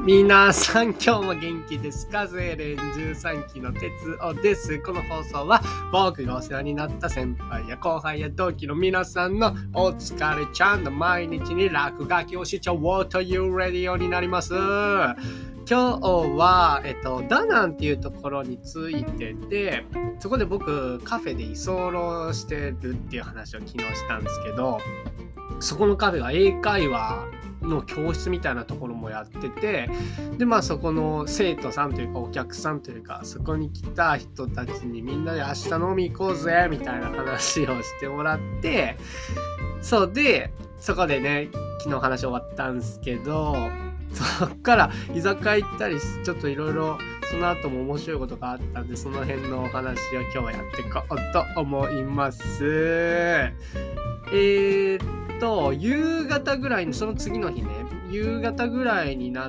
皆さん今日も元気ですか？精錬13期の哲夫です。この放送は僕がお世話になった先輩や後輩や同期の皆さんのお疲れちゃんの毎日に落書きをしちゃおうというレディオになります。今日は、ダナンっていうところについてで、そこで僕カフェで居候してるっていう話を昨日したんですけど、そこのカフェが英会話の教室みたいなところもやってて、でそこの生徒さんというかお客さんというか、そこに来た人たちにみんなで明日飲み行こうぜみたいな話をしてもらって、そうでそこでね昨日話終わったんですけど、そっから居酒屋行ったりちょっといろいろその後も面白いことがあったんで、その辺のお話を今日はやっていこうと思います。夕方ぐらいに、その次の日ね、夕方ぐらいになって、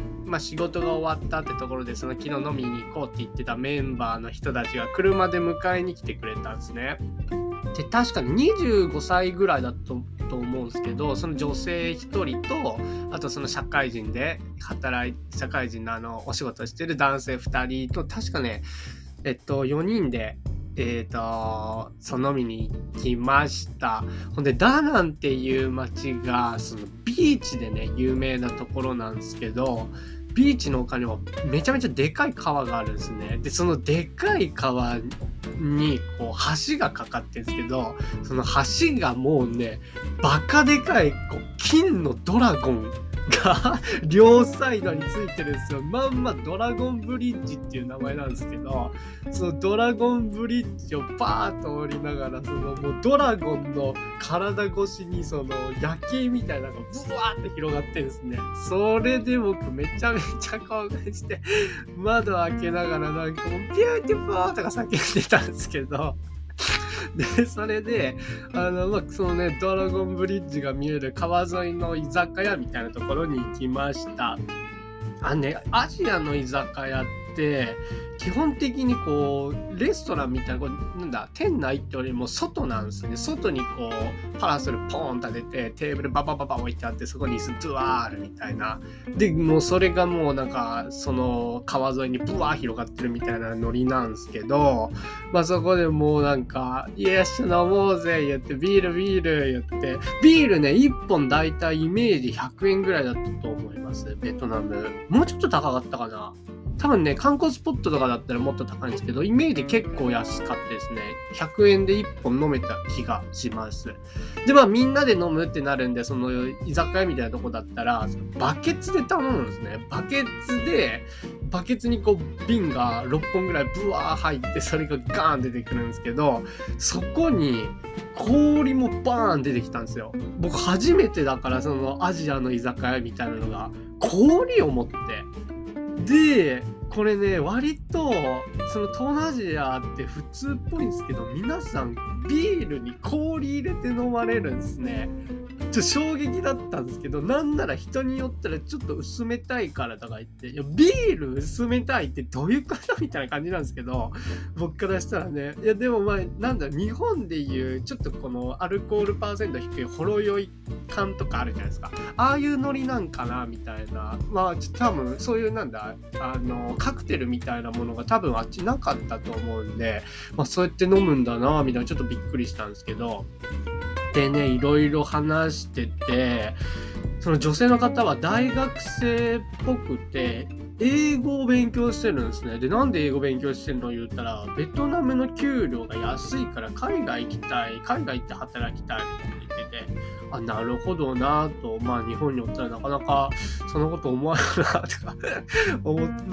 仕事が終わったってところで、その昨日飲みに行こうって言ってたメンバーの人たちが車で迎えに来てくれたんですね。で、確かに25歳ぐらいだと思うんですけど、その女性1人と、あとその社会人で社会人のお仕事してる男性2人と、確かね、4人でその飲みに行きました。ほんでダナンっていう街がそのビーチでね有名なところなんですけど、ビーチの他にもめちゃめちゃでかい川があるんですね。でそのでかい川にこう橋がかかってるんですけど、その橋がもうねバカでかい金のドラゴンが両サイドについてるんですよ。ドラゴンブリッジっていう名前なんですけど、そのドラゴンブリッジをバーッと降りながら、そのもうドラゴンの体越しにその夜景みたいなのがブワーって広がってるんですね。それで僕めちゃめちゃ興奮して窓開けながらなんかもうビューティフォーとか叫んでたんですけど、でそれでそのねドラゴンブリッジが見える川沿いの居酒屋みたいなところに行きました。アジアの居酒屋って基本的にこうレストランみたいな店内ってよりも外なんですね。外にこうパラソルポーン立ててテーブルババババ置いてあって、そこに椅子ドワールみたいなで、もうそれがもうなんかその川沿いにブワー広がってるみたいなノリなんですけど、そこでもうなんかイエス飲もうぜ言ってビール言って、ビールね1本だいたいイメージ100円ぐらいだったと思います。ベトナムもうちょっと高かったかな。多分ね観光スポットとかだったらもっと高いんですけど、イメージ結構安かったですね。100円で1本飲めた気がします。でみんなで飲むってなるんで、その居酒屋みたいなとこだったらバケツで頼むんですね。バケツにこう瓶が6本ぐらいブワー入って、それがガーン出てくるんですけど、そこに氷もバーン出てきたんですよ。僕初めてだから、そのアジアの居酒屋みたいなのが氷を持って、でこれね割とその東南アジアって普通っぽいんですけど、皆さんビールに氷入れて飲まれるんですね。ちょっと衝撃だったんですけど、なんなら人によったらちょっと薄めたいからとか言って、いやビール薄めたいってどういうことみたいな感じなんですけど、僕からしたらね、いやでも日本でいうちょっとこのアルコールパーセント低いほろ酔い缶とかあるじゃないですか。ああいうノリなんかなみたいな。多分そういうカクテルみたいなものが多分あっちなかったと思うんで、そうやって飲むんだなみたいな、ちょっとびっくりしたんですけど、でねいろいろ話してて、その女性の方は大学生っぽくて英語を勉強してるんですね。でなんで英語勉強してるの言ったら、ベトナムの給料が安いから海外行きたい、海外行って働きたいみたいな言ってて、なるほどなと、日本におったらなかなかそんなこと思わないなとか思って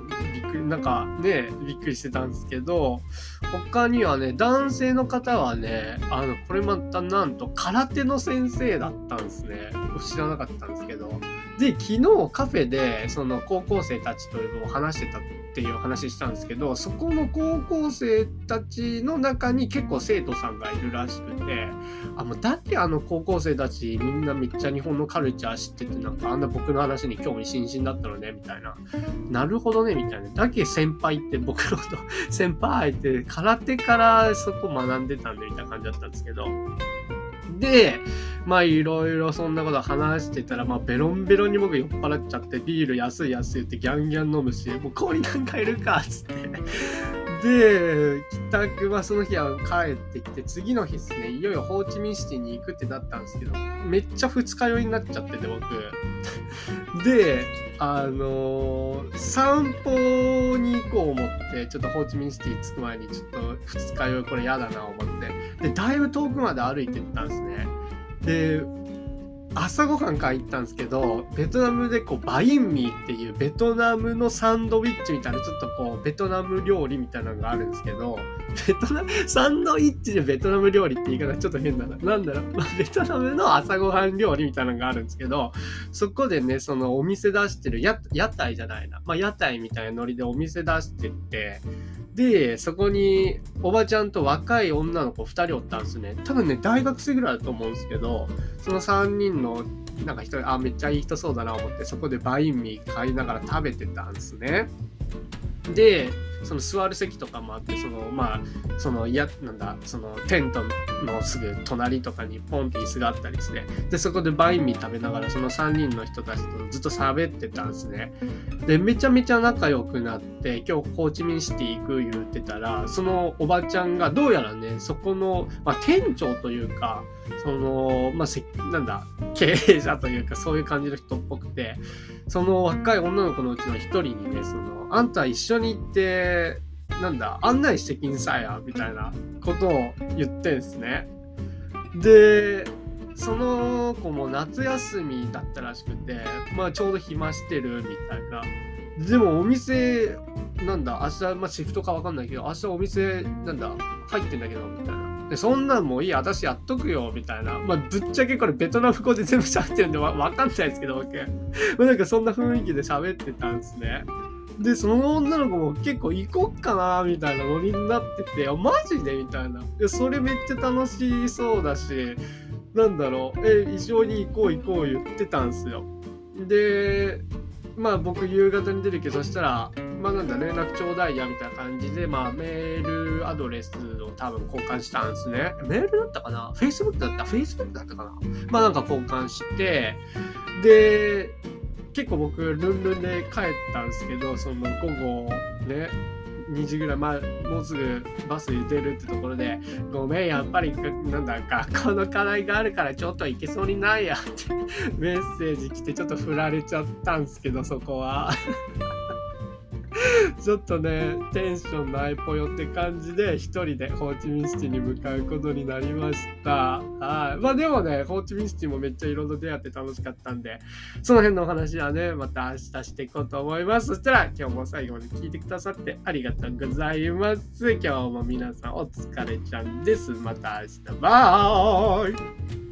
びっくりしてたんですけど、他にはね男性の方はねこれまたなんと空手の先生だったんですね。知らなかったんですけど、で昨日カフェでその高校生たちと話してたっていう話したんですけど、そこの高校生たちの中に結構生徒さんがいるらしくて、だって高校生たちみんなめっちゃ日本のカルチャー知ってて、なんか僕の話に興味津々だったのねみたいな、なるほどねみたいな。だけ先輩って僕のこと先輩って空手からそこ学んでたんでみたいな感じだったんですけど、 で、まあいろいろそんなこと話してたら、まあベロンベロンに僕酔っ払っちゃって、ビール安い安いってギャンギャン飲むし、もう氷なんかいるかっつって。で、帰宅はその日は帰ってきて、次の日ですね、いよいよホーチミンシティに行くってなったんですけど、めっちゃ二日酔いになっちゃってて、僕。で、散歩に行こう思って、ちょっとホーチミンシティ着く前にちょっと二日酔いこれやだな思って。で、だいぶ遠くまで歩いてったんですね。で、朝ごはん買い行ったんですけど、ベトナムでこうバインミーっていうベトナムのサンドイッチみたいな、ちょっとこうベトナム料理みたいなのがあるんですけど、サンドイッチでベトナム料理って言い方ちょっと変だな。なんだろう、ベトナムの朝ごはん料理みたいなのがあるんですけど、そこでね、そのお店出してる屋台じゃないな。まあ屋台みたいなノリでお店出してって、で、そこにおばちゃんと若い女の子2人おったんですね。多分ね、大学生ぐらいだと思うんですけど、その3人のなんか1人、めっちゃいい人そうだなと思って、そこでバインミー買いながら食べてたんですね。で、その座る席とかもあって、そのテントのすぐ隣とかにポンって椅子があったりして、でそこでバインミー食べながらその3人の人たちとずっと喋ってたんですね。でめちゃめちゃ仲良くなって、今日ホーチミンシティ行く言ってたら、そのおばちゃんがどうやらね、そこの、店長というか、その経営者というか、そういう感じの人っぽくて、その若い女の子のうちの一人にね、あんた一緒に行って案内してきんさやみたいなことを言ってんすね。でその子も夏休みだったらしくて、ちょうど暇してるみたいな。でもお店明日、シフトか分かんないけど、明日お店入ってんだけどみたいな。でそんなんもういい、私やっとくよみたいな。ぶっちゃけこれベトナム語で全部喋ってるんで分かんないですけど、僕そんな雰囲気で喋ってたんですね。でその女の子も結構行こっかなみたいなノリになってて、マジでみたいな。それめっちゃ楽しそうだし、一緒に行こう言ってたんすよ。で僕夕方に出るけど、そしたら連絡ちょうだいやみたいな感じで、メールアドレスを多分交換したんですね。メールだったかな、Facebook だったかな、交換して、で結構僕ルンルンで帰ったんですけど、その午後ね2時ぐらい、もうすぐバスに出るってところで、ごめんやっぱり学校の課題があるからちょっと行けそうにないやってメッセージ来て、ちょっと振られちゃったんですけど、そこはちょっとねテンションないぽよって感じで、一人でホーチミンシティに向かうことになりました。でもね、ホーチミンシティもめっちゃいろいろ出会って楽しかったんで、その辺のお話はねまた明日していこうと思います。そしたら今日も最後まで聞いてくださってありがとうございます。今日も皆さんお疲れちゃんです。また明日、バイ。